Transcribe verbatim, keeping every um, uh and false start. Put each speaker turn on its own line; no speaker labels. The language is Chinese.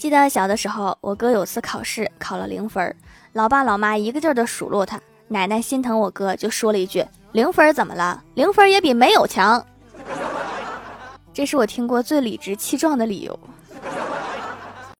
记得小的时候，我哥有次考试考了零分，老爸老妈一个劲儿的数落他，奶奶心疼我哥，就说了一句：零分怎么了？零分也比没有强。这是我听过最理直气壮的理由。